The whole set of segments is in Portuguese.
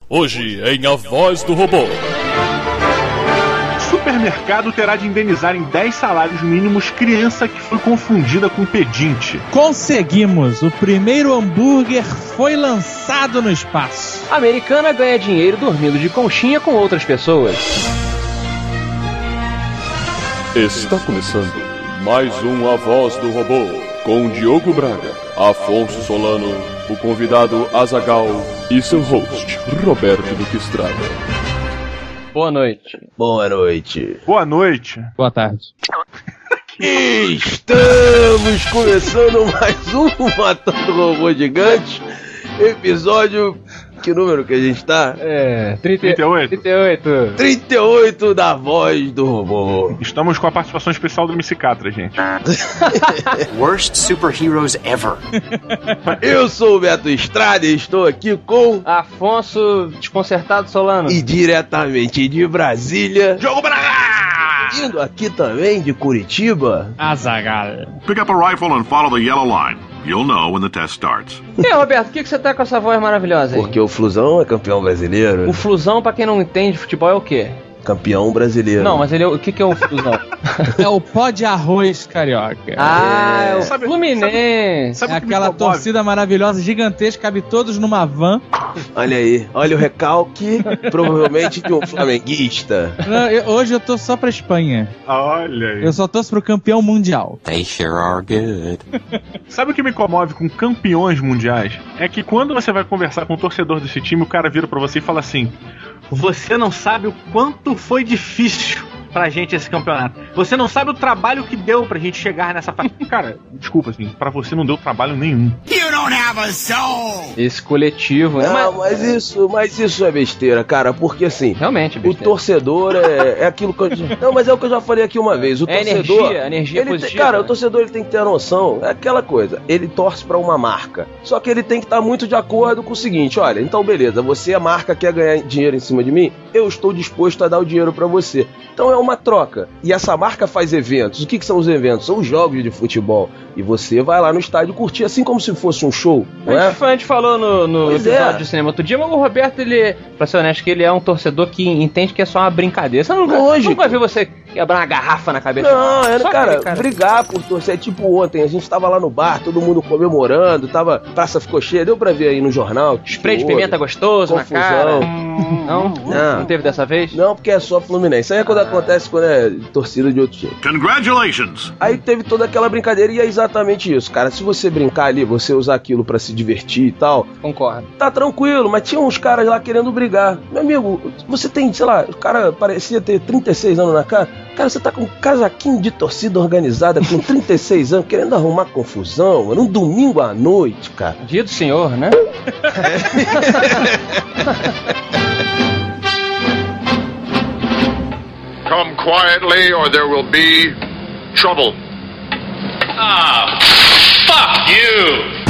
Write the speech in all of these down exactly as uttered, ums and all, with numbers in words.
Hoje em A Voz do Robô. Supermercado terá de indenizar em dez salários mínimos criança que foi confundida com pedinte. Conseguimos! O primeiro hambúrguer foi lançado no espaço. A americana ganha dinheiro dormindo de conchinha com outras pessoas. Está começando mais um A Voz do Robô, com Diogo Braga, Afonso Solano, o convidado Azaghal e seu host, Roberto Duque Estrada. Boa noite. Boa noite. Boa noite. Boa tarde. Estamos começando mais um Matando Robô Gigante. Episódio... Que número que a gente tá? É... trinta, trinta e oito. trinta e oito. trinta e oito da Voz do Robô. Estamos com a participação especial do M C Catra, gente. Worst superheroes ever. Eu sou o Beto Estrada e estou aqui com... Afonso Desconcertado Solano. E diretamente de Brasília... Diogo Braga! Indo aqui também de Curitiba... Azaghal. Pick up a rifle and follow the yellow line. You'll know when the test starts. E aí, Roberto, por que, que você tá com essa voz maravilhosa aí? Porque o Flusão é campeão brasileiro. O Flusão, pra quem não entende futebol, é o quê? Campeão brasileiro. Não, mas ele é, o que, que é o Flusão? É o pó de arroz carioca. Ah, é o Sabe- Fluminense. sabe- É aquela torcida maravilhosa, gigantesca, cabe todos numa van. Olha aí, olha o recalque, provavelmente de um flamenguista. Não, eu- hoje eu tô só pra Espanha. Olha aí. Eu só torço pro campeão mundial. They sure are good. Sabe o que me comove com campeões mundiais? É que quando você vai conversar com o torcedor desse time, o cara vira pra você e fala assim: você não sabe o quanto foi difícil pra gente esse campeonato. Você não sabe o trabalho que deu pra gente chegar nessa fase. Cara, desculpa, assim, pra você não deu trabalho nenhum. Esse coletivo, né? Não, Mas, mas isso, mas isso é besteira, cara, porque assim, realmente, o besteira. torcedor é, é aquilo que eu já... Não, mas é o que eu já falei aqui uma vez. O É torcedor, energia, energia ele tem- positiva, cara, né? o torcedor ele tem que ter a noção, é aquela coisa, ele torce pra uma marca. Só que ele tem que estar muito de acordo com o seguinte, olha, então beleza, você é a marca, quer ganhar dinheiro em cima de mim, eu estou disposto a dar o dinheiro pra você. Então é uma troca. E essa marca faz eventos. O que, que são os eventos? São os jogos de futebol. E você vai lá no estádio curtir, assim como se fosse um show, não A é? gente, a gente falou no, no Pois episódio é. de cinema outro dia, mas o Roberto, ele, pra ser honesto, que ele é um torcedor que entende que é só uma brincadeira. Você nunca, Lógico. nunca viu você quebrar uma garrafa na cabeça. Não, é, Só cara, aquele cara. brigar por torcer. É tipo ontem, a gente tava lá no bar, todo mundo comemorando, tava, praça ficou cheia, deu pra ver aí no jornal. Spray de Houve. pimenta gostoso confusão. na cara. Não? Não. Não teve dessa vez? Não, porque é só Fluminense. Isso aí é quando acontece quando é torcida de outro time. Congratulations! Aí teve toda aquela brincadeira e é exatamente isso, cara. Se você brincar ali, você usar aquilo pra se divertir e tal, Concordo. tá tranquilo, mas tinha uns caras lá querendo brigar. Meu amigo, você tem, sei lá, o cara parecia ter trinta e seis anos na cara. Cara, você tá com um casaquinho de torcida organizada com trinta e seis anos, querendo arrumar confusão, mano, um domingo à noite, cara. Dia do senhor, né? Come quietly or there will be trouble. Ah, fuck you!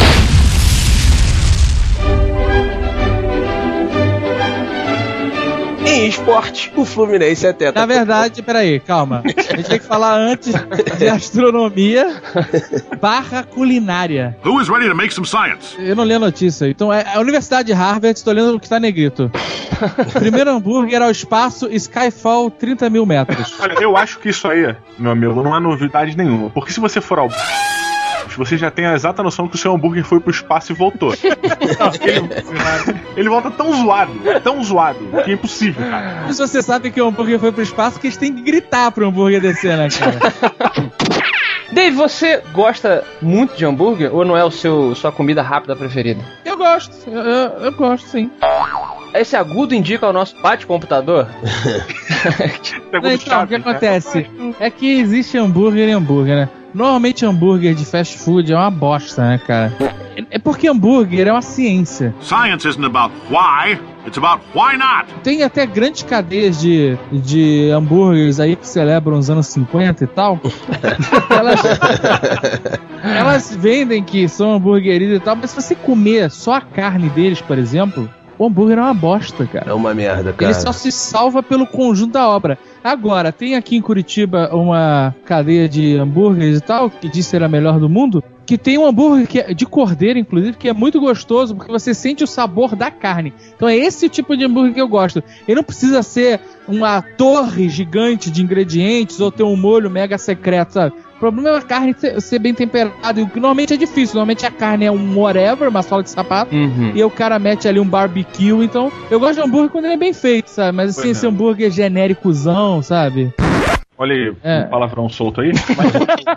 Em esporte, o Fluminense é tetra. Na verdade, peraí, calma. A gente tem que falar antes de astronomia barra culinária. Who is ready to make some science? Eu não li a notícia. Então, é a Universidade de Harvard, estou lendo o que tá negrito. Primeiro hambúrguer ao espaço, Skyfall, trinta mil metros. Olha, eu acho que isso aí, meu amigo, não é novidade nenhuma. Porque se você for ao... você já tem a exata noção que o seu hambúrguer foi pro espaço e voltou. ele, ele volta tão zoado, tão zoado, que é impossível, cara. Mas você sabe que o hambúrguer foi pro espaço, que eles têm que gritar pro hambúrguer descer, né, cara? Dave, você gosta muito de hambúrguer ou não é o seu sua comida rápida preferida? Eu gosto, eu, eu, eu gosto, sim. Esse agudo indica ao nosso bate-computador? Não, então, o que acontece é que existe hambúrguer e hambúrguer, né? Normalmente hambúrguer de fast food é uma bosta, né, cara? É porque hambúrguer é uma ciência. Science isn't about why, it's about why not. Tem até grandes cadeias de, de hambúrgueres aí que celebram os anos cinquenta e tal. elas, elas vendem que são hamburguerias e tal, mas se você comer só a carne deles, por exemplo, o hambúrguer é uma bosta, cara. É uma merda, cara. Ele só se salva pelo conjunto da obra. Agora, tem aqui em Curitiba uma cadeia de hambúrgueres e tal, que diz ser a melhor do mundo, que tem um hambúrguer que é de cordeiro, inclusive, que é muito gostoso, porque você sente o sabor da carne. Então é esse tipo de hambúrguer que eu gosto. Ele não precisa ser uma torre gigante de ingredientes ou ter um molho mega secreto, sabe? O problema é a carne ser, ser bem temperada, e o que normalmente é difícil. Normalmente a carne é um whatever, uma sola de sapato, uhum. e aí o cara mete ali um barbecue. Então, eu gosto de hambúrguer quando ele é bem feito, sabe? Mas assim, esse hambúrguer genéricozão, sabe? Olha aí, é. um palavrão solto aí. Mas,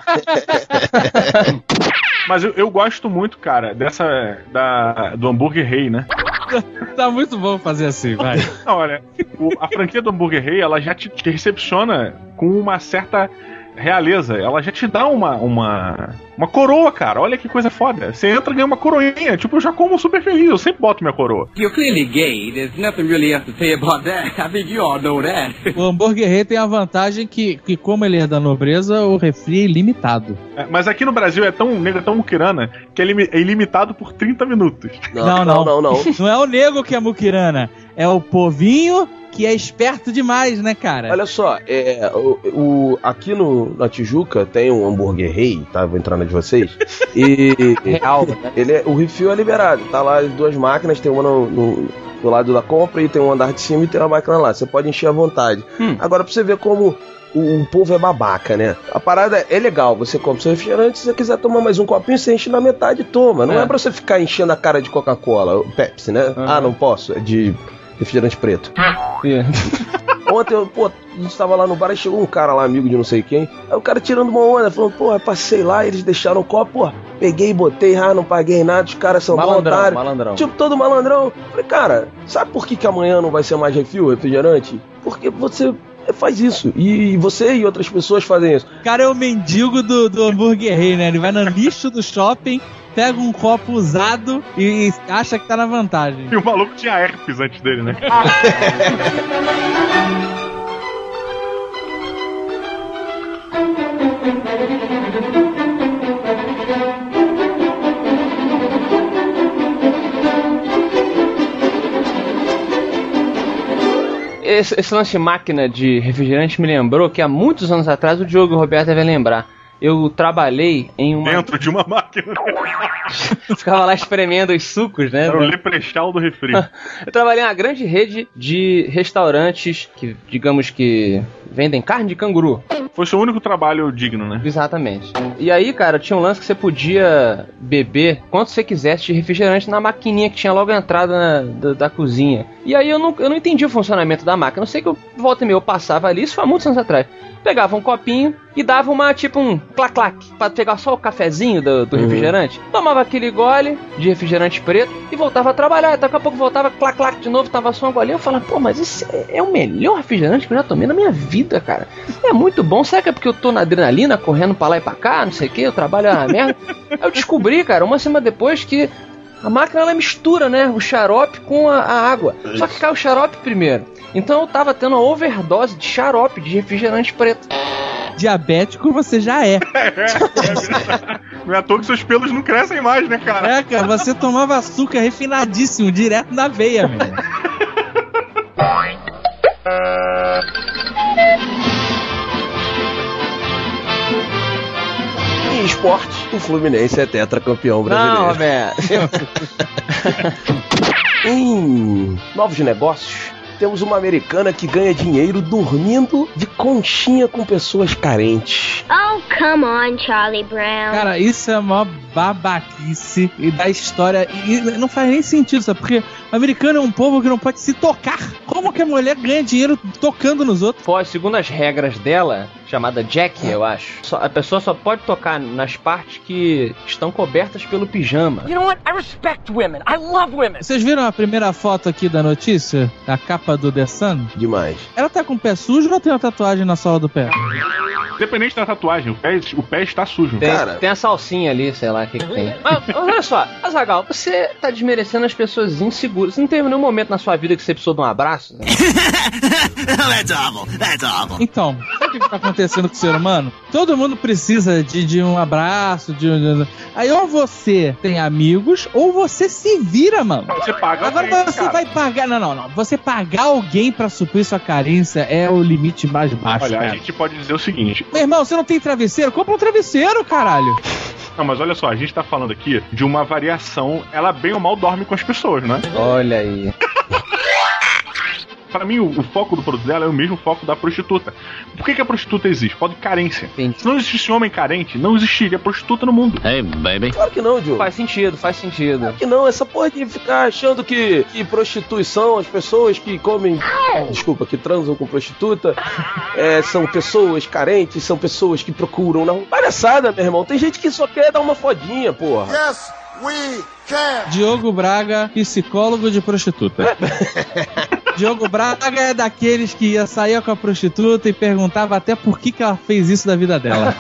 mas eu, eu gosto muito, cara, dessa. Da, do hambúrguer rei, né? Tá muito bom fazer assim, vai. Não, olha, o, a franquia do hambúrguer rei, ela já te, te recepciona com uma certa realeza. Ela já te dá uma, uma, uma coroa, cara. Olha que coisa foda. Você entra e ganha uma coroinha. Tipo, eu já como super feliz. Eu sempre boto minha coroa. You're clearly gay. There's nothing really you have to say about that. I think you all know that. O hambúrguer rei tem a vantagem que, que como ele é da nobreza, o refri é ilimitado. É, mas aqui no Brasil é tão nego, é tão muquirana, que é, lim, é ilimitado por trinta minutos. Não, não, não. Não, não, não. Não é o nego que é muquirana. É o povinho que é esperto demais, né, cara? Olha só, é, o, o, aqui no, na Tijuca tem um hambúrguer rei, tá? Vou entrar na de vocês. E real, né? Ele é, o refil é liberado. Tá lá as duas máquinas, tem uma no, no, do lado da compra e tem um andar de cima e tem uma máquina lá. Você pode encher à vontade. Hum. Agora, pra você ver como o, o povo é babaca, né? A parada é legal. Você compra seu refrigerante, se você quiser tomar mais um copinho, você enche na metade e toma. Não é, é pra você ficar enchendo a cara de Coca-Cola, Pepsi, né? Uhum. Ah, não posso. É de refrigerante preto. Yeah. Ontem, eu, pô, a gente tava lá no bar e chegou um cara lá, amigo de não sei quem. Aí o cara tirando uma onda, falando, pô, passei lá, eles deixaram o copo, pô, peguei e botei, ah, não paguei nada, os caras são malandrão, malandrão. Tipo, todo malandrão. Falei, cara, sabe por que que amanhã não vai ser mais refil, refrigerante? Porque você faz isso. E você e outras pessoas fazem isso. O cara é o mendigo do, do hambúrguer rei, né? Ele vai no lixo do shopping, pega um copo usado e acha que tá na vantagem. E o maluco tinha herpes antes dele, né? Esse, esse lance de máquina de refrigerante me lembrou que há muitos anos atrás, o Diogo e o Roberto devem lembrar, eu trabalhei em uma... Dentro de uma máquina. Ficava lá espremendo os sucos, né? Era o leprechal do refri. Eu trabalhei em uma grande rede de restaurantes que, digamos que, vendem carne de canguru. Foi seu único trabalho digno, né? Exatamente. E aí, cara, tinha um lance que você podia beber quanto você quisesse de refrigerante na maquininha que tinha logo a entrada na, da, da cozinha. E aí eu não, eu não entendi o funcionamento da máquina. Eu sei que eu, volta e meia, eu passava ali, isso foi há muitos anos atrás. Pegava um copinho e dava uma, tipo um clac-clac, pra pegar só o cafezinho do, do uhum. refrigerante. Tomava aquele gole de refrigerante preto e voltava a trabalhar. Daqui a pouco voltava clac-clac de novo, tava só um golinho. Eu falava, pô, mas esse é, é o melhor refrigerante que eu já tomei na minha vida, cara. É muito bom. Será que é porque eu tô na adrenalina, correndo pra lá e pra cá, não sei o que, eu trabalho na merda? Aí eu descobri, cara, uma semana depois que a máquina, ela mistura, né, o xarope com a, a água. Só que cai o xarope primeiro. Então eu tava tendo uma overdose de xarope de refrigerante preto. Diabético você já é. Não é à toa que seus pelos não crescem mais, né, cara? É, cara, você tomava açúcar refinadíssimo, direto na veia, velho. Em esporte, o Fluminense é tetracampeão brasileiro. Não, velho. Em novos negócios, temos uma americana que ganha dinheiro dormindo de conchinha com pessoas carentes. Oh, come on, Charlie Brown. Cara, isso é uma babaquice e da história. E não faz nem sentido, sabe? Porque o americano é um povo que não pode se tocar. Como que a mulher ganha dinheiro tocando nos outros? Pô, segundo as regras dela, chamada Jack, eu acho, só, a pessoa só pode tocar nas partes que estão cobertas pelo pijama. You know what? I respect women. I love women. Vocês viram a primeira foto aqui da notícia? A capa do The Sun? Demais. Ela tá com o pé sujo ou tem uma tatuagem na sola do pé? Independente da tatuagem, o pé, o pé está sujo. Tem, cara, tem a salsinha ali, sei lá o que, que tem. Mas, mas olha só, Azaghal, você tá desmerecendo as pessoas inseguras. Você não teve nenhum momento na sua vida que você precisou de um abraço? Né? That's awful. That's awful. Então, sabe o que tá acontecendo com o ser humano? Todo mundo precisa de, de um abraço, de, de... Aí ou você tem amigos, ou você se vira, mano. Você paga Agora alguém, você cara. vai pagar... Não, não, não. Você pagar alguém pra suprir sua carência é o limite mais baixo, Olha, cara. a gente pode dizer o seguinte... Meu irmão, você não tem travesseiro? Compra um travesseiro, caralho. Não, mas olha só, a gente tá falando aqui de uma variação, ela bem ou mal dorme com as pessoas, né? Olha aí. Pra mim, o, o foco do produto dela é o mesmo foco da prostituta. Por que, que a prostituta existe? Pode carência. Sim. Se não existisse homem carente, não existiria prostituta no mundo. Hey, baby. Claro que não, Diogo. Faz sentido, faz sentido. Claro que não, essa porra de ficar achando que, que prostituição, as pessoas que comem, desculpa, que transam com prostituta, é, são pessoas carentes, são pessoas que procuram na rua. Palhaçada, meu irmão. Tem gente que só quer dar uma fodinha, porra. Yes, we can. Diogo Braga, psicólogo de prostituta. Diogo Braga é daqueles que ia sair com a prostituta e perguntava até por que, que ela fez isso da vida dela.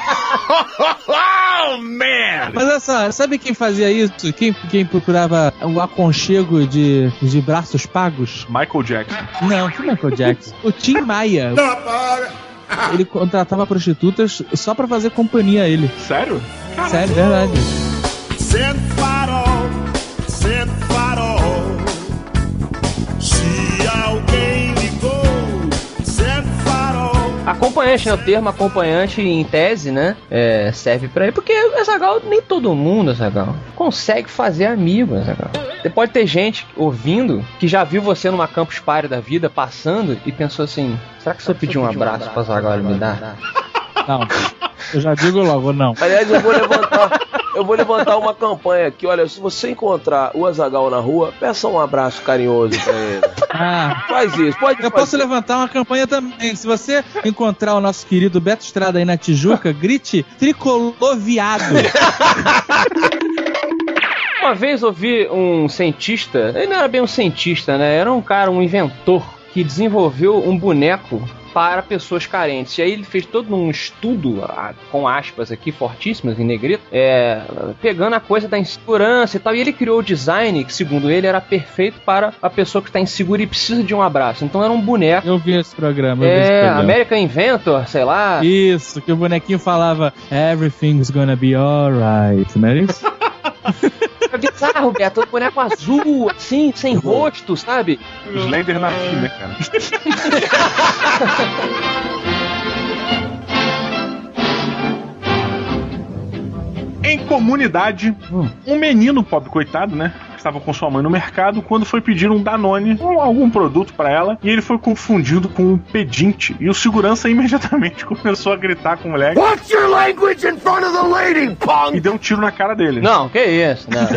Oh, man! Mas olha só, sabe quem fazia isso? Quem, quem procurava o aconchego de, de braços pagos? Michael Jackson. Não, que Michael Jackson? O Tim Maia. Não, para! Ele contratava prostitutas só pra fazer companhia a ele. Sério? Caramba. Sério, verdade. Sente farol, sente farol. Se alguém ligou, sente farol. Acompanhante, né? O termo acompanhante, em tese, né? É, serve pra ele. Porque, Azaghal, nem todo mundo, Azaghal, consegue fazer amigo, Azaghal. Você pode ter gente ouvindo que já viu você numa campus party da vida, passando, e pensou assim: será que se eu pedir um abraço pra Azaghal ele me dá? Não, eu já digo logo, não. Aliás, eu vou levantar, eu vou levantar uma campanha aqui. Olha, se você encontrar o Azaghal na rua, peça um abraço carinhoso pra ele. Ah, faz isso, pode Eu fazer. posso levantar uma campanha também. Se você encontrar o nosso querido Beto Estrada aí na Tijuca, grite tricolor viado. Uma vez ouvi um cientista, ele não era bem um cientista, né? Era um cara, um inventor, que desenvolveu um boneco para pessoas carentes. E aí ele fez todo um estudo, com aspas aqui, fortíssimas, em negrito, é, pegando a coisa da insegurança e tal. E ele criou o design que, segundo ele, era perfeito para a pessoa que está insegura e precisa de um abraço. Então era um boneco. Eu vi esse programa. Eu é, vi esse programa. American Inventor, sei lá. Isso, que o bonequinho falava Everything's gonna be alright, não é isso? É bizarro, Beto, o boneco azul, assim, sem rosto, sabe? O Slender na filha, cara. Em comunidade, um menino pobre, coitado, né? Estava com sua mãe no mercado quando foi pedir um Danone ou algum produto pra ela e ele foi confundido com um pedinte e o segurança imediatamente começou a gritar com o moleque. What's your language in front of the lady, punk? E deu um tiro na cara dele. Não, que isso, não.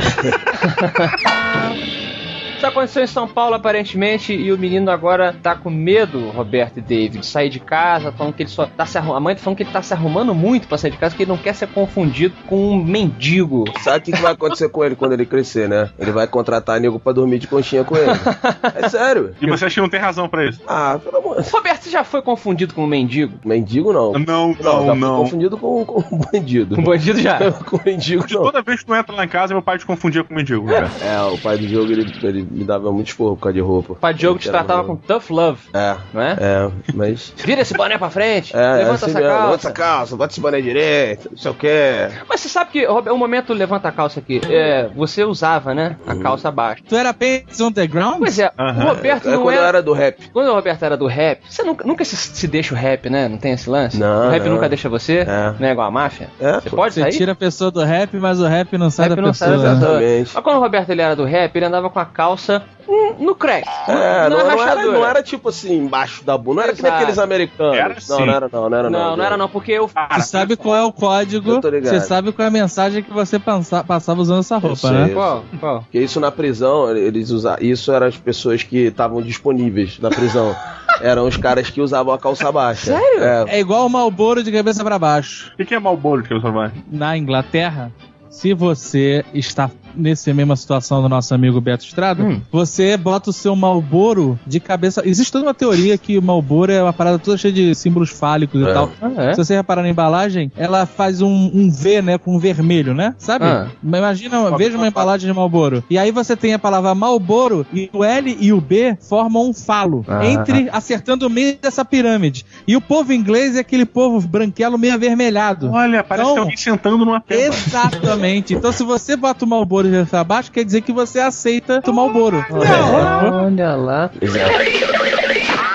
Isso aconteceu em São Paulo, aparentemente, e o menino agora tá com medo, Roberto e David, de sair de casa, falando que ele só tá se arrumando. A mãe tá falando que ele tá se arrumando muito pra sair de casa, porque ele não quer ser confundido com um mendigo. Sabe o que, que vai acontecer com ele quando ele crescer, né? Ele vai contratar nego pra dormir de conchinha com ele. É sério. E você acha que não tem razão pra isso? Ah, pelo amor de Deus. Roberto, você já foi confundido com um mendigo? Mendigo não. Não, não, Não, já não. fui confundido com, com um bandido. Com bandido já? Com mendigo De não. toda vez que tu entra lá em casa, meu pai te confundia com mendigo, cara. É, o pai do jogo, ele, ele me dava muito esporro por causa de roupa. O pai do jogo te tratava com tough love. É. Não é? É, mas... Vira esse boné pra frente, É, levanta assim essa mesmo. calça. Levanta essa calça, bota esse boné direito, não sei o que. Mas você sabe que, Roberto, um momento levanta a calça aqui, é, você usava, né, a calça abaixo. Tu era Pants on the Ground? Pois é, Aham. o Roberto É não quando era... eu era do rap. Quando o Roberto era do rap, você nunca, nunca se, se deixa o rap, né? Não tem esse lance? Não, O rap não. nunca deixa você, É. não é igual a máfia? É, Você pô. pode Você sair? tira a pessoa do rap, mas o rap não sai Rap da não pessoa. sai da né? pessoa. Exatamente. Mas quando o Roberto ele era do rap, ele andava com a calça hum, no crack. É, não, não, era, rachadura. não era tipo assim, embaixo da bunda. Não era que nem Exato. aqueles americanos. Era não, sim. não era não, não era não. Não, não era não, porque eu... Tu sabe qual é o código, Eu tô ligado. você sabe qual é a mensagem que você pansa- passava usando essa roupa, sei. né? Qual? Qual? Porque isso na prisão, eles usavam. Isso eram as pessoas que estavam disponíveis na prisão. Eram os caras que usavam a calça baixa. Sério? É. É igual o Marlboro de cabeça pra baixo. O que, que é Marlboro que eu só vai? Na Inglaterra, se você está nessa mesma situação do nosso amigo Beto Estrada, Hum. você bota o seu Marlboro de cabeça... Existe toda uma teoria que o Marlboro é uma parada toda cheia de símbolos fálicos É. e tal. Ah, é? Se você reparar na embalagem, ela faz um, um V, né, com um vermelho, né? Sabe? Ah. Imagina, veja uma embalagem de Marlboro. E aí você tem a palavra Marlboro e o L e o B formam um falo, Ah. entre, acertando o meio dessa pirâmide. E o povo inglês é aquele povo branquelo meio avermelhado. Olha, parece Então, que alguém sentando numa pedra. Exatamente. Então, se você bota o Marlboro de cabeça abaixo, quer dizer que você aceita o Marlboro. Olha lá.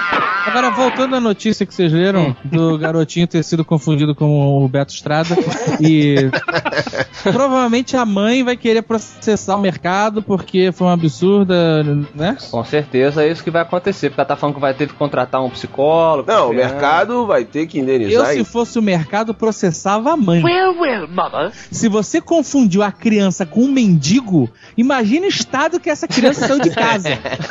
Agora, voltando à notícia que vocês leram, do garotinho ter sido confundido com o Beto Estrada, e provavelmente a mãe vai querer processar o mercado porque foi uma absurda, né? Com certeza é isso que vai acontecer, porque ela tá falando que vai ter que contratar um psicólogo. Não, o mercado vai ter que indenizar. Eu, se fosse o mercado, processava a mãe. Well, well, mother. Se você confundiu a criança com um mendigo, imagina o estado que essa criança saiu de casa.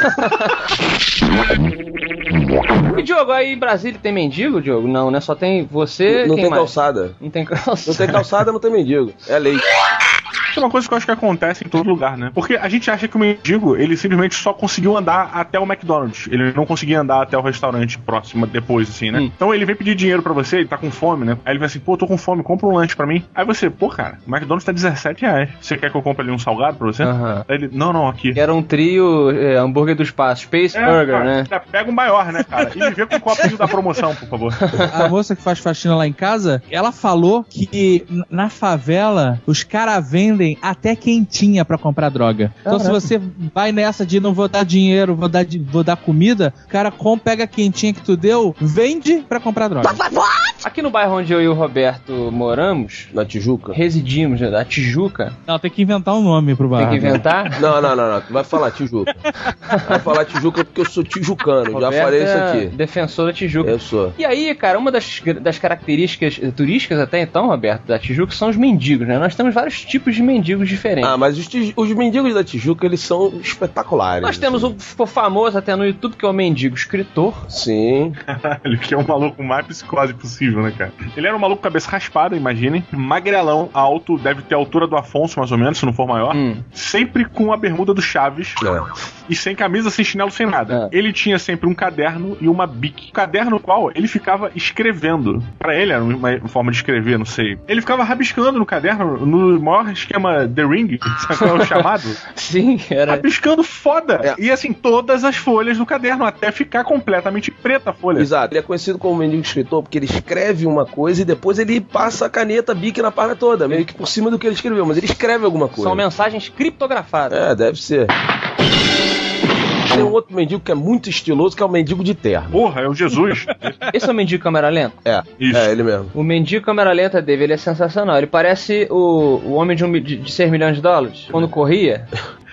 E, Diogo, aí em Brasília tem mendigo, Diogo? Não, né? Só tem você. Não, não quem tem mais? calçada. Não tem calçada. Não tem calçada, não tem mendigo. É lei. Isso é uma coisa que eu acho que acontece em todo lugar, né? Porque a gente acha que o mendigo, ele simplesmente só conseguiu andar até o McDonald's. Ele não conseguia andar até o restaurante próximo depois, assim, né? Hum. Então ele vem pedir dinheiro pra você, ele tá com fome, né? Aí ele vem assim, pô, tô com fome, compra um lanche pra mim. Aí você, pô, cara, o McDonald's tá dezessete reais. Você quer que eu compre ali um salgado pra você? Uhum. Aí ele, não, não, aqui. Era um trio é, hambúrguer do espaço, Space é, Burger, cara, né? É, pega um maior, né, cara? E me vê com o copinho da promoção, por favor. A moça que faz faxina lá em casa, ela falou que na favela os caras vendem até quentinha pra comprar droga. Então Caraca. se você vai nessa de não vou dar dinheiro, vou dar, vou dar comida, o cara compra, pega a quentinha que tu deu, vende pra comprar droga. Aqui no bairro onde eu e o Roberto moramos, na Tijuca, residimos, né, da Tijuca. Não, tem que inventar um nome pro bairro. Tem que inventar? Não, não, não, não. Tu vai falar Tijuca. Vai falar Tijuca porque eu sou tijucano. Roberto já falei isso aqui. É defensor da Tijuca. Eu sou. E aí, cara, uma das, das características turísticas até então, Roberto, da Tijuca são os mendigos, né? Nós temos vários tipos de mendigos diferentes. Ah, mas os, os mendigos da Tijuca, eles são espetaculares. Nós temos um ficou famoso até no YouTube, que é o mendigo escritor. Sim. Ele que é o maluco mais psicose possível, né, cara? Ele era um maluco cabeça raspada, imaginem. Magrelão, alto, deve ter a altura do Afonso, mais ou menos, se não for maior. Hum. Sempre com a bermuda do Chaves. É. E sem camisa, sem chinelo, sem nada. É. Ele tinha sempre um caderno e uma bic. O caderno no qual ele ficava escrevendo. Pra ele era uma forma de escrever, não sei. Ele ficava rabiscando no caderno, no maior esquema The Ring, sabe qual é o chamado? Sim, era. Rabiscando foda. É. E assim, todas as folhas do caderno, até ficar completamente preta a folha. Exato. Ele é conhecido como mendigo escritor porque ele escreve uma coisa e depois ele passa a caneta, bic na página toda, meio que por cima do que ele escreveu, mas ele escreve alguma coisa. São mensagens criptografadas. É, deve ser. Tem um outro mendigo que é muito estiloso, que é o mendigo de terno. Porra, é o Jesus. Esse é o mendigo câmera lenta? É, isso. É ele mesmo. O mendigo câmera lenta dele, ele é sensacional. Ele parece o, o homem de, um, de, de seis milhões de dólares, quando corria.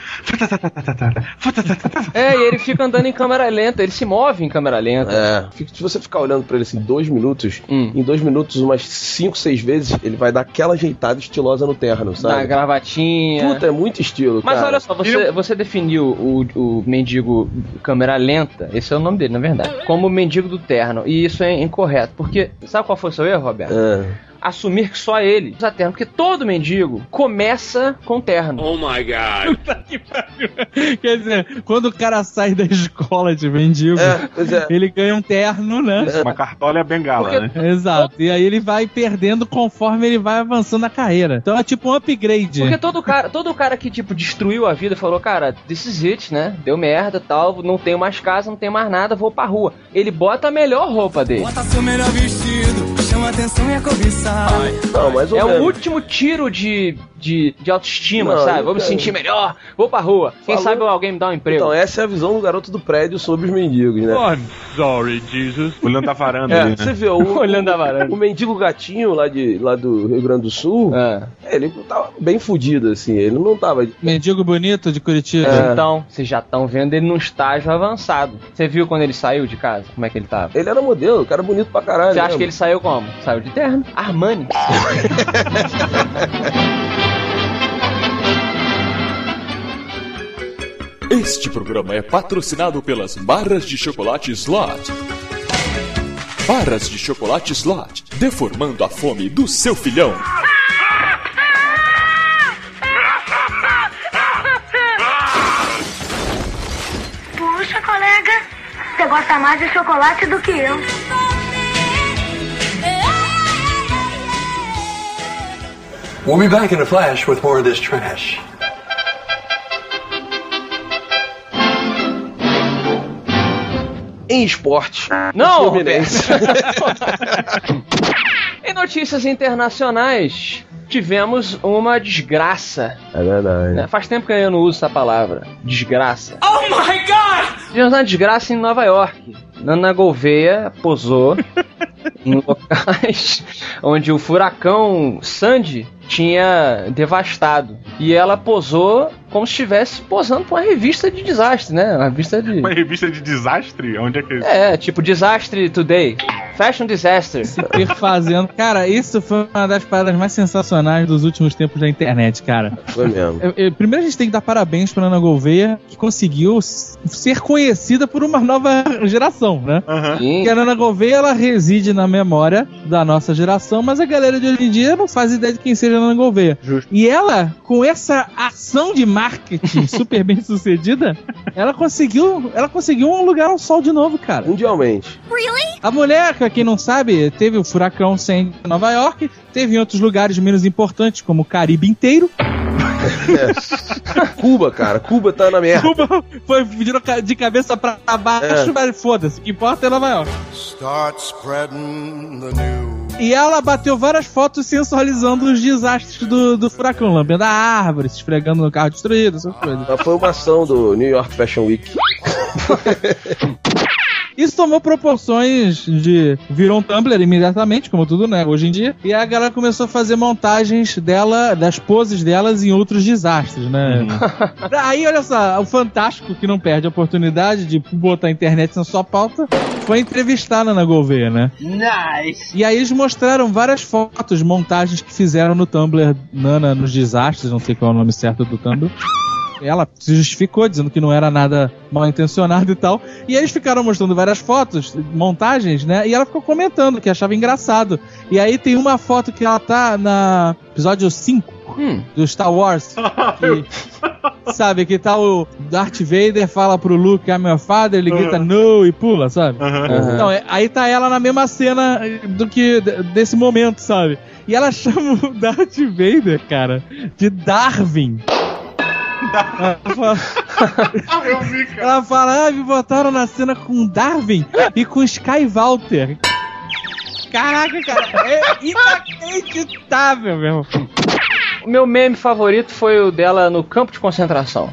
É, e ele fica andando em câmera lenta, ele se move em câmera lenta. É. Se você ficar olhando pra ele assim, dois minutos, hum. em dois minutos, umas cinco, seis vezes, ele vai dar aquela ajeitada estilosa no terno, sabe? Na gravatinha. Puta, é muito estilo, Mas cara. olha só, você, você definiu o, o mendigo câmera lenta, esse é o nome dele, na verdade, como o mendigo do terno, e isso é incorreto, porque, sabe qual foi o seu erro, Roberto? É. Assumir que só ele usa terno, porque todo mendigo começa com terno. Oh my god. Quer dizer, quando o cara sai da escola de mendigo, é, é. ele ganha um terno, né? É. Uma cartola e a bengala, porque... né? Exato. E aí ele vai perdendo conforme ele vai avançando na carreira. Então é tipo um upgrade. Porque todo cara, todo cara que, tipo, destruiu a vida falou, cara, this is it, né? Deu merda, tal, não tenho mais casa, não tenho mais nada, vou pra rua. Ele bota a melhor roupa dele. Bota seu melhor vestido, chama atenção e a cobiça. Não, mais ou é menos. o último tiro de, de, de autoestima, não, sabe? Vou me sentir melhor, vou pra rua. Quem Falou... sabe alguém me dá um emprego. Então, essa é a visão do garoto do prédio sobre os mendigos, né? I'm sorry, Jesus. Olhando da varanda é, ali, né? Você vê, o, Olhando da varanda. O mendigo gatinho lá, de, lá do Rio Grande do Sul, é. ele tava bem fudido, assim. Ele não tava... Mendigo bonito de Curitiba. É. Então, vocês já estão vendo ele num estágio avançado. Você viu quando ele saiu de casa? Como é que ele tava? Ele era modelo, o cara bonito pra caralho. Você acha que ele saiu como? Saiu de terno. Armani. Este programa é patrocinado pelas barras de chocolate Slot. Barras de chocolate Slot, deformando a fome do seu filhão. Puxa, colega, você gosta mais de chocolate do que eu. We'll be back in a flash with more of this trash. Em esporte. Não, Fluminense. Em notícias internacionais, tivemos uma desgraça. É verdade. Faz tempo que eu não uso essa palavra. Desgraça. Oh my God! Tivemos uma desgraça em Nova York. Nana Gouveia posou em locais onde o furacão Sandy tinha devastado. E ela posou como se estivesse posando pra uma revista de desastre, né? Uma revista de... Uma revista de desastre? Onde é que é isso? É, tipo Desastre Today. Fashion Disaster. Se perfazendo. Cara, isso foi uma das paradas mais sensacionais dos últimos tempos da internet, cara. Foi mesmo. Eu, eu, primeiro a gente tem que dar parabéns pra Nana Gouveia, que conseguiu s- ser conhecida por uma nova geração, né? Uhum. Porque a Nana Gouveia, ela reside na memória da nossa geração, mas a galera de hoje em dia não faz ideia de quem seja a Nana Gouveia. Justo. E ela, com essa ação de marketing super bem sucedida, ela conseguiu, ela conseguiu um lugar ao sol de novo, cara. Mundialmente. A mulher, pra quem não sabe, teve o furacão Sandy em Nova York, teve em outros lugares menos importantes, como o Caribe inteiro. É. Cuba, cara. Cuba tá na merda. Cuba foi virou de cabeça pra baixo, É. mas foda-se, o que importa é Nova York. Start spreading the news. E ela bateu várias fotos sensualizando os desastres do, do furacão, lambendo a árvore, se esfregando no carro destruído, essas coisas. Mas foi uma ação do New York Fashion Week. Isso tomou proporções de... Virou um Tumblr imediatamente, como tudo, né, hoje em dia. E a galera começou a fazer montagens dela, das poses delas em outros desastres, né? Aí, olha só, o Fantástico, que não perde a oportunidade de botar a internet na sua pauta, foi entrevistar a Nana Gouveia, né? Nice. E aí eles mostraram várias fotos, montagens que fizeram no Tumblr Nana nos desastres, não sei qual é o nome certo do Tumblr. Ela se justificou, dizendo que não era nada mal intencionado e tal. E eles ficaram mostrando várias fotos, montagens, né? E ela ficou comentando que achava engraçado. E aí tem uma foto que ela tá na episódio cinco hum. do Star Wars. Que, sabe, que tá o Darth Vader, fala pro Luke, I'm your father, ele grita no e pula, sabe? Uhum. Então, é, aí tá ela na mesma cena do que desse momento, sabe? E ela chama o Darth Vader, cara, de Darwin. Ela fala, Eu vi, cara. ela fala, ah, me botaram na cena com Darwin e com Sky Walter. Caraca, cara, é inacreditável, meu. O meu meme favorito foi o dela no campo de concentração.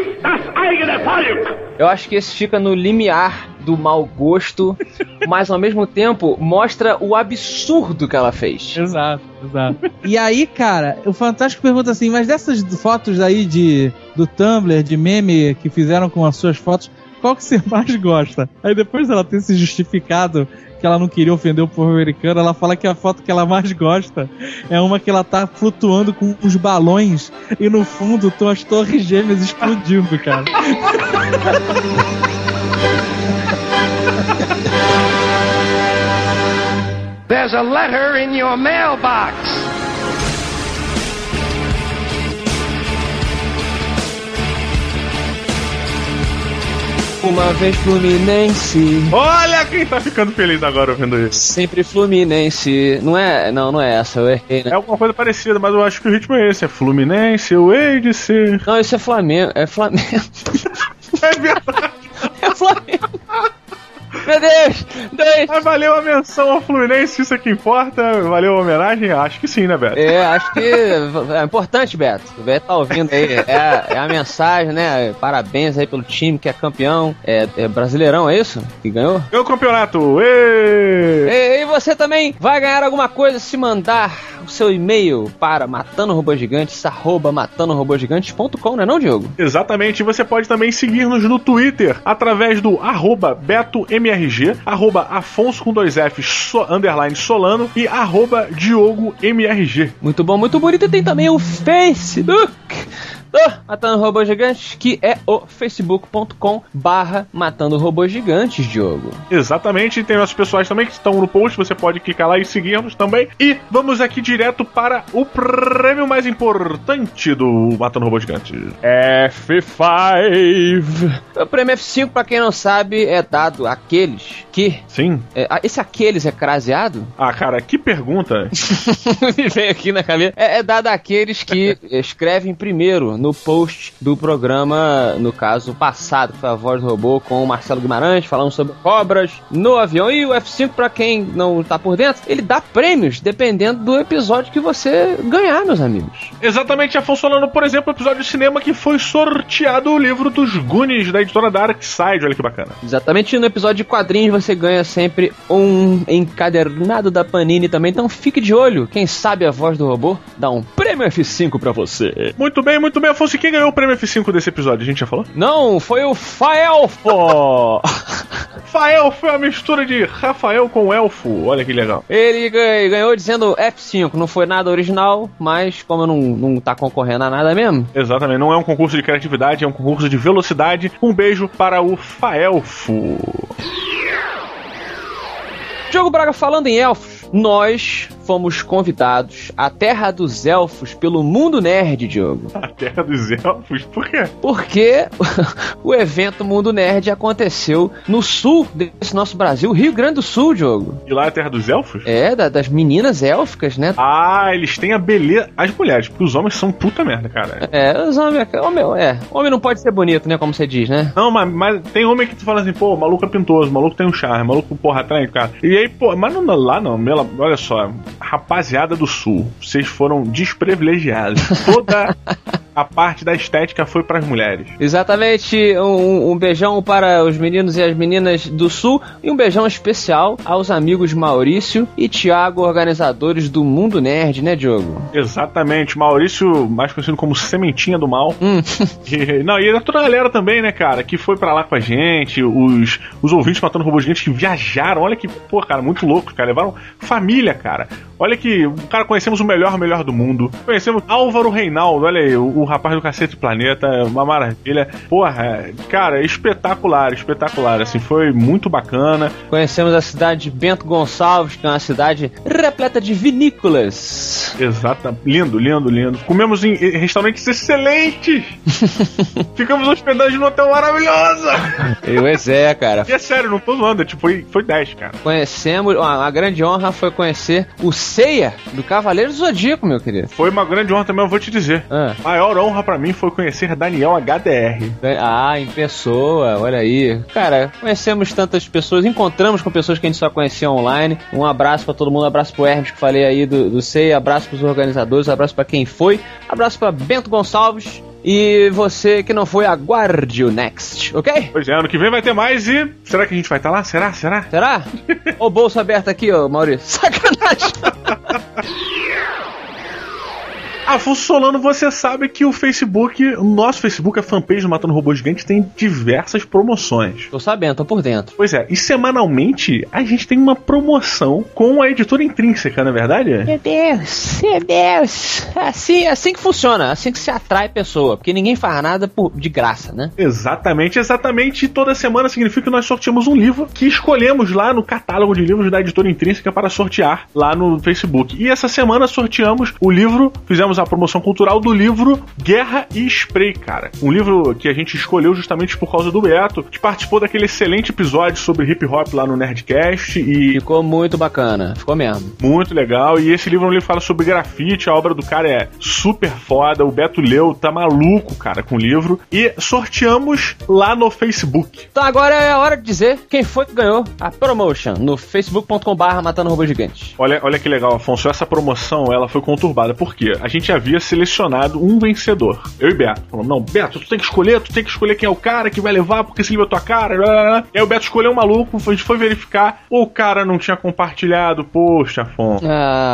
Eu acho que esse fica no limiar do mau gosto, mas ao mesmo tempo mostra o absurdo que ela fez. Exato, exato. E aí, cara, o Fantástico pergunta assim, mas dessas fotos aí de, do Tumblr, de meme que fizeram com as suas fotos, qual que você mais gosta? Aí depois dela ter se justificado que ela não queria ofender o povo americano, ela fala que a foto que ela mais gosta é uma que ela tá flutuando com uns balões e no fundo estão as torres gêmeas explodindo, cara. There's a letter in your mailbox. Uma vez Fluminense. Olha quem tá ficando feliz agora ouvindo isso. Sempre Fluminense. Não é, não, não é essa, eu errei, né? É alguma coisa parecida, mas eu acho que o ritmo é esse. É Fluminense, eu hei de ser. Não, isso é Flamengo. É Flamengo. É verdade. É Flamengo. Meu Deus! Dois. Mas valeu a menção ao Fluminense, isso é que importa. Valeu a homenagem? Acho que sim, né, Beto? É, acho que é importante, Beto. O Beto tá ouvindo aí. É a, é a mensagem, né? Parabéns aí pelo time que é campeão. É, é Brasileirão, é isso? Que ganhou? Ganhou o campeonato! Êêêê! E, e você também vai ganhar alguma coisa se mandar o seu e-mail para matandorobôgigantes, arroba matandorobôgigantes ponto com, não é não, Diogo? Exatamente. Você pode também seguir-nos no Twitter através do arroba BetoMRG, arroba Afonso com dois Fs, so, underline Solano e arroba DiogoMRG. Muito bom, muito bonito. E tem também o Facebook do Matando Robôs Gigantes, que é o facebook ponto com barra Matando Robôs Gigantes, Diogo. Exatamente, e tem nossos pessoais também que estão no post, você pode clicar lá e seguir-nos também. E vamos aqui direto para o prêmio mais importante do Matando Robôs Gigantes. F cinco. O prêmio F cinco, pra quem não sabe, é dado àqueles que... Sim. É, esse aqueles é craseado? Ah, cara, que pergunta. Me veio aqui na cabeça. É, é dado àqueles que escrevem primeiro no post do programa, no caso passado, que foi a Voz do Robô com o Marcelo Guimarães, falando sobre cobras no avião. E o F cinco, pra quem não tá por dentro, ele dá prêmios dependendo do episódio que você ganhar, meus amigos. Exatamente, Afonso Solano, por exemplo, o episódio de cinema que foi sorteado o livro dos Goonies da editora Darkside, olha que bacana. Exatamente, no episódio de quadrinhos você ganha sempre um encadernado da Panini também, então fique de olho, quem sabe a Voz do Robô dá um prêmio F cinco pra você. Muito bem, muito bem, Afonso, quem ganhou o prêmio F cinco desse episódio, a gente já falou? Não, foi o Faelfo! Faelfo é a mistura de Rafael com Elfo, olha que legal. Ele ganhou dizendo F cinco, não foi nada original, mas como não, não tá concorrendo a nada mesmo. Exatamente, não é um concurso de criatividade, é um concurso de velocidade. Um beijo para o Faelfo. Diogo Braga, falando em elfos, nós fomos convidados à Terra dos Elfos pelo Mundo Nerd, Diogo. A Terra dos Elfos? Por quê? Porque o evento Mundo Nerd aconteceu no sul desse nosso Brasil, Rio Grande do Sul, Diogo. E lá é a Terra dos Elfos? É, da, das meninas élficas, né? Ah, eles têm a beleza... As mulheres, porque os homens são puta merda, cara. É, os homens... Homem, é, homem não pode ser bonito, né, como você diz, né? Não, mas, mas tem homem que tu fala assim, pô, o maluco é pintoso, o maluco tem um charme, o maluco, porra, atrai, cara. E aí, pô, mas não, lá não, mela, olha só, rapaziada do sul, vocês foram desprivilegiados. Toda a parte da estética foi pras mulheres. Exatamente, um, um beijão para os meninos e as meninas do sul e um beijão especial aos amigos Maurício e Thiago, organizadores do Mundo Nerd, né, Diogo? Exatamente, Maurício, mais conhecido como Sementinha do Mal. Hum. E, não, e toda a galera também, né, cara, que foi pra lá com a gente, os, os ouvintes Matando Robôs Gigantes que viajaram, olha que, pô, cara, muito louco, cara, levaram família, cara. Olha que, cara, conhecemos o melhor, o melhor do mundo. Conhecemos Álvaro Reinaldo, olha aí, o, o rapaz do Cacete Planeta, uma maravilha. Porra, cara, espetacular, espetacular, assim, foi muito bacana. Conhecemos a cidade de Bento Gonçalves, que é uma cidade repleta de vinícolas. Exato, lindo, lindo, lindo. Comemos em, em restaurantes excelentes. Ficamos hospedados num hotel maravilhoso. Pois é, cara. E é sério, não tô zoando, tipo, foi, foi dez, cara. Conhecemos, a, a grande honra foi conhecer o Seiya do Cavaleiro do Zodíaco, meu querido. Foi uma grande honra também, eu vou te dizer. Ah. Maior honra pra mim foi conhecer Daniel H D R. Ah, em pessoa, olha aí. Cara, conhecemos tantas pessoas, encontramos com pessoas que a gente só conhecia online. Um abraço pra todo mundo, um abraço pro Hermes que falei aí do, do Seiya, abraço pros organizadores, abraço pra quem foi, abraço pra Bento Gonçalves. E você que não foi, aguarde o Next, ok? Pois é, ano que vem vai ter mais e... Será que a gente vai estar lá? Será? Será? Será? Ô, bolso aberto aqui, ô, Maurício. Sacanagem. Afonso Solano, você sabe que o Facebook, o nosso Facebook, a fanpage do Matando Robô Gigante, tem diversas promoções. Tô sabendo, tô por dentro. Pois é, e semanalmente a gente tem uma promoção com a editora Intrínseca, não é verdade? Meu Deus, meu Deus. Assim, assim que funciona, assim que se atrai pessoa, porque ninguém faz nada por, de graça, né? Exatamente, exatamente. E toda semana significa que nós sorteamos um livro que escolhemos lá no catálogo de livros da editora Intrínseca para sortear lá no Facebook. E essa semana sorteamos o livro, fizemos a promoção cultural do livro Guerra e Spray, cara. Um livro que a gente escolheu justamente por causa do Beto, que participou daquele excelente episódio sobre hip hop lá no Nerdcast e... Ficou muito bacana, ficou mesmo. Muito legal, e esse livro é um livro que fala sobre grafite, a obra do cara é super foda, o Beto leu, tá maluco, cara, com o livro, e sorteamos lá no Facebook. Então agora é a hora de dizer quem foi que ganhou a promotion no facebook ponto com barra Matando Robôs Gigantes. Olha, olha que legal, Afonso, essa promoção, ela foi conturbada, por quê? A gente havia selecionado um vencedor, eu e Beto. Falamos, não, Beto, tu tem que escolher, tu tem que escolher quem é o cara que vai levar, porque esse livro é tua cara, blá, blá, blá. E aí o Beto escolheu um maluco, a gente foi verificar, o cara não tinha compartilhado, poxa, Afonso.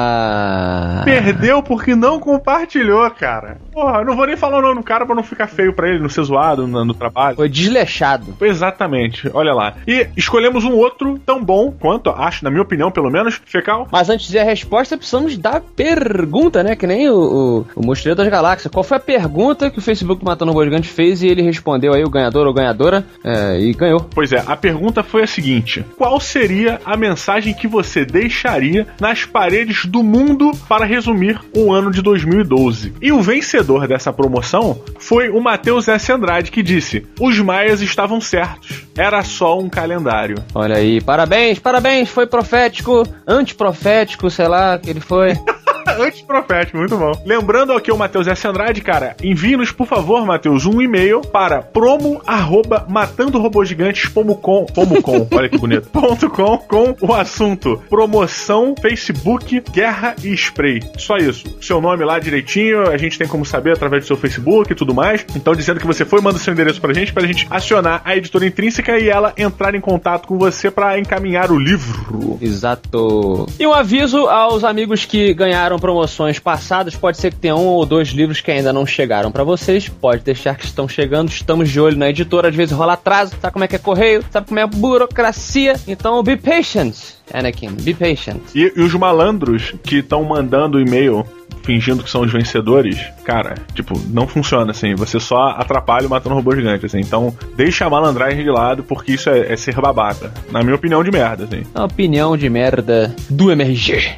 Ah... Perdeu porque não compartilhou, cara. Porra, eu não vou nem falar o nome do cara pra não ficar feio pra ele, não ser zoado no, no trabalho. Foi desleixado. Exatamente, olha lá. E escolhemos um outro tão bom quanto, acho, na minha opinião, pelo menos, Fecal. Mas antes de dizer a resposta, precisamos dar pergunta, né? Que nem o, o, o Mochileiro das Galáxias. Qual foi a pergunta que o Facebook Matando Robô Gigante fez e ele respondeu aí, o ganhador ou ganhadora, é, e ganhou? Pois é, a pergunta foi a seguinte: qual seria a mensagem que você deixaria nas paredes do mundo para resumir o ano de dois mil e doze? E o vencedor dessa promoção foi o Matheus S. Andrade, que disse: os maias estavam certos, era só um calendário. Olha aí, parabéns, parabéns, foi profético, antiprofético, sei lá, que ele foi... Antiprofético, muito bom. Lembrando aqui o Matheus S. Andrade, cara, envie-nos, por favor, Matheus, um e-mail para promo arroba matandorobôsgigantes.com pomocom, olha que bonito, ponto com, com o assunto promoção, Facebook, guerra e spray. Só isso. Seu nome lá direitinho, a gente tem como saber através do seu Facebook e tudo mais. Então, dizendo que você foi, manda seu endereço pra gente, pra gente acionar a editora Intrínseca e ela entrar em contato com você pra encaminhar o livro. Exato. E um aviso aos amigos que ganharam promoções passadas, pode ser que tenha um ou dois livros que ainda não chegaram pra vocês, pode deixar que estão chegando, estamos de olho na editora, às vezes rola atraso, sabe como é que é correio, sabe como é a burocracia, então be patient, Anakin, be patient. E, e os malandros que estão mandando e-mail fingindo que são os vencedores, cara, tipo, não funciona assim, você só atrapalha o Matando Robô Gigante, assim, então deixa a malandragem de lado, porque isso é, é ser babaca, na minha opinião de merda, assim. A opinião de merda do M R G.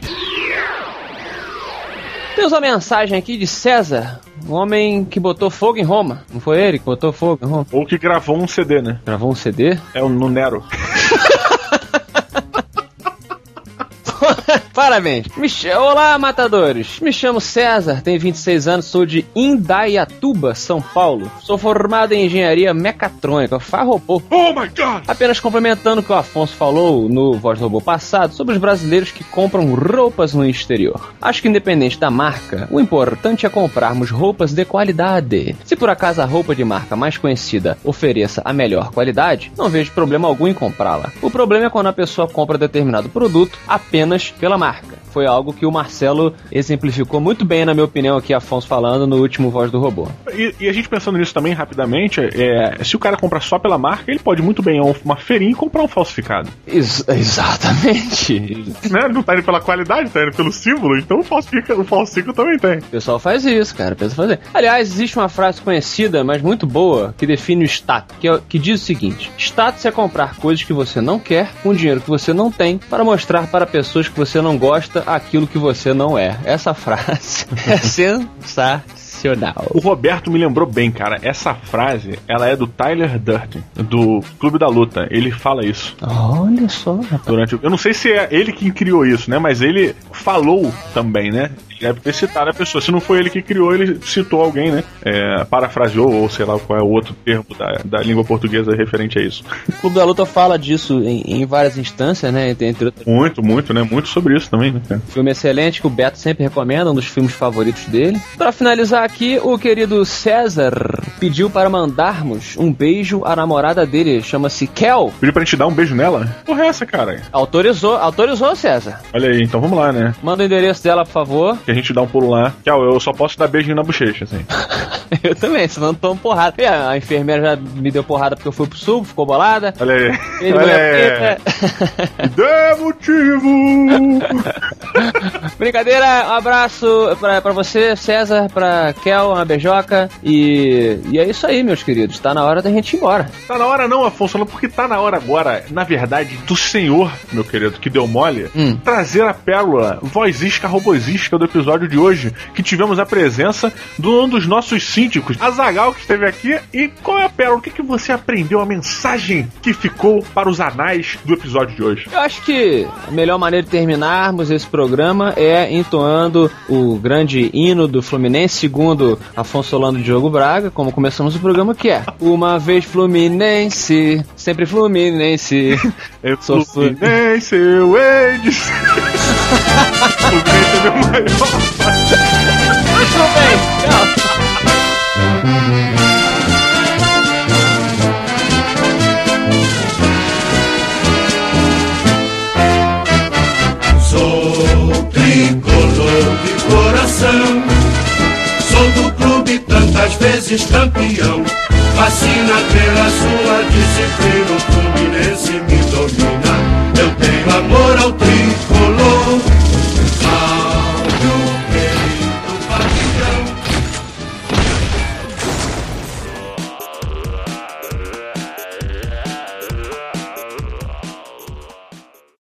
Temos uma mensagem aqui de César, um homem que botou fogo em Roma. Não foi ele que botou fogo em Roma? Ou que gravou um C D, né? Gravou um C D? É o no Nero. Parabéns. Me ch... Olá, matadores. Me chamo César, tenho vinte e seis anos, sou de Indaiatuba, São Paulo. Sou formado em engenharia mecatrônica, farropô. Oh my God! Apenas complementando o que o Afonso falou no Voz do Robô passado sobre os brasileiros que compram roupas no exterior. Acho que independente da marca, o importante é comprarmos roupas de qualidade. Se por acaso a roupa de marca mais conhecida ofereça a melhor qualidade, não vejo problema algum em comprá-la. O problema é quando a pessoa compra determinado produto apenas pela marca. Foi algo que o Marcelo exemplificou muito bem, na minha opinião, aqui, Afonso falando no último Voz do Robô. E, e a gente pensando nisso também rapidamente, é, se o cara comprar só pela marca, ele pode muito bem ir a uma feirinha e comprar um falsificado. Ex- exatamente. Né? Não tá indo pela qualidade, tá indo pelo símbolo, então o falsifica, o falsifico também tem. O pessoal faz isso, cara, pensa fazer. Aliás, existe uma frase conhecida, mas muito boa, que define o status, que, é, que diz o seguinte: status é comprar coisas que você não quer com dinheiro que você não tem para mostrar para pessoas que você não gosta aquilo que você não é. Essa frase é sensacional. O Roberto me lembrou bem, cara. Essa frase, ela é do Tyler Durden, do Clube da Luta. Ele fala isso. Olha só. Durante o... Eu não sei se é ele quem criou isso, né? Mas ele falou também, né? Deve ter citado a pessoa. Se não foi ele que criou, ele citou alguém, né? É, parafraseou, ou sei lá qual é o outro termo da, da língua portuguesa referente a isso. O Clube da Luta fala disso em, em várias instâncias, né? Entre, entre outras... Muito, muito, né? Muito sobre isso também, né, cara? Filme excelente que o Beto sempre recomenda, um dos filmes favoritos dele. Pra finalizar aqui, o querido César pediu para mandarmos um beijo à namorada dele, chama-se Kel. Pediu pra gente dar um beijo nela? Porra é essa, cara? Autorizou, autorizou, César. Olha aí, então vamos lá, né? Manda o endereço dela, por favor. Que a gente dá um pulo lá. Kel, eu só posso dar beijinho na bochecha, assim. Eu também, senão eu tomo porrada. E a enfermeira já me deu porrada porque eu fui pro sul, ficou bolada. Olha aí. Ele Olha aí. Dê motivo! Brincadeira, um abraço pra, pra você, César, pra Kel, uma beijoca. E, e é isso aí, meus queridos. Tá na hora da gente ir embora. Tá na hora não, Afonso, não, porque tá na hora agora, na verdade, do senhor, meu querido, que deu mole, hum. trazer a pérola vozisca, robozisca do episódio de hoje, que tivemos a presença de um dos nossos síndicos, Azaghal, que esteve aqui. E qual é a pérola? O que, que você aprendeu? A mensagem que ficou para os anais do episódio de hoje? Eu acho que a melhor maneira de terminarmos esse programa é entoando o grande hino do Fluminense, segundo Afonso Solano e Diogo Braga, como começamos o programa, que é: uma vez Fluminense, sempre Fluminense. Eu sou Fluminense, eu hei de ser. Fluminense é meu maior. Tudo bem, tchau. Sou tricolor de coração, sou do clube tantas vezes campeão. Fascina pela sua disciplina, o Fluminense me